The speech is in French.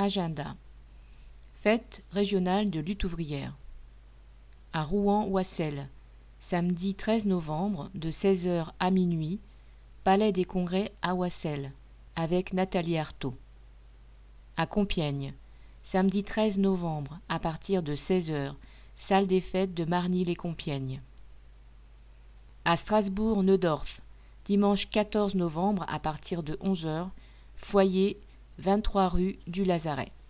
Agenda. Fête régionale de lutte ouvrière. À Rouen-Oissel, samedi 13 novembre, de 16h à minuit, Palais des Congrès à Oissel, avec Nathalie Arthaud. À Compiègne, samedi 13 novembre, à partir de 16h, salle des fêtes de Marny-les-Compiègnes. À Strasbourg-Neudorf, dimanche 14 novembre, à partir de 11h, foyer 23 rue du Lazaret.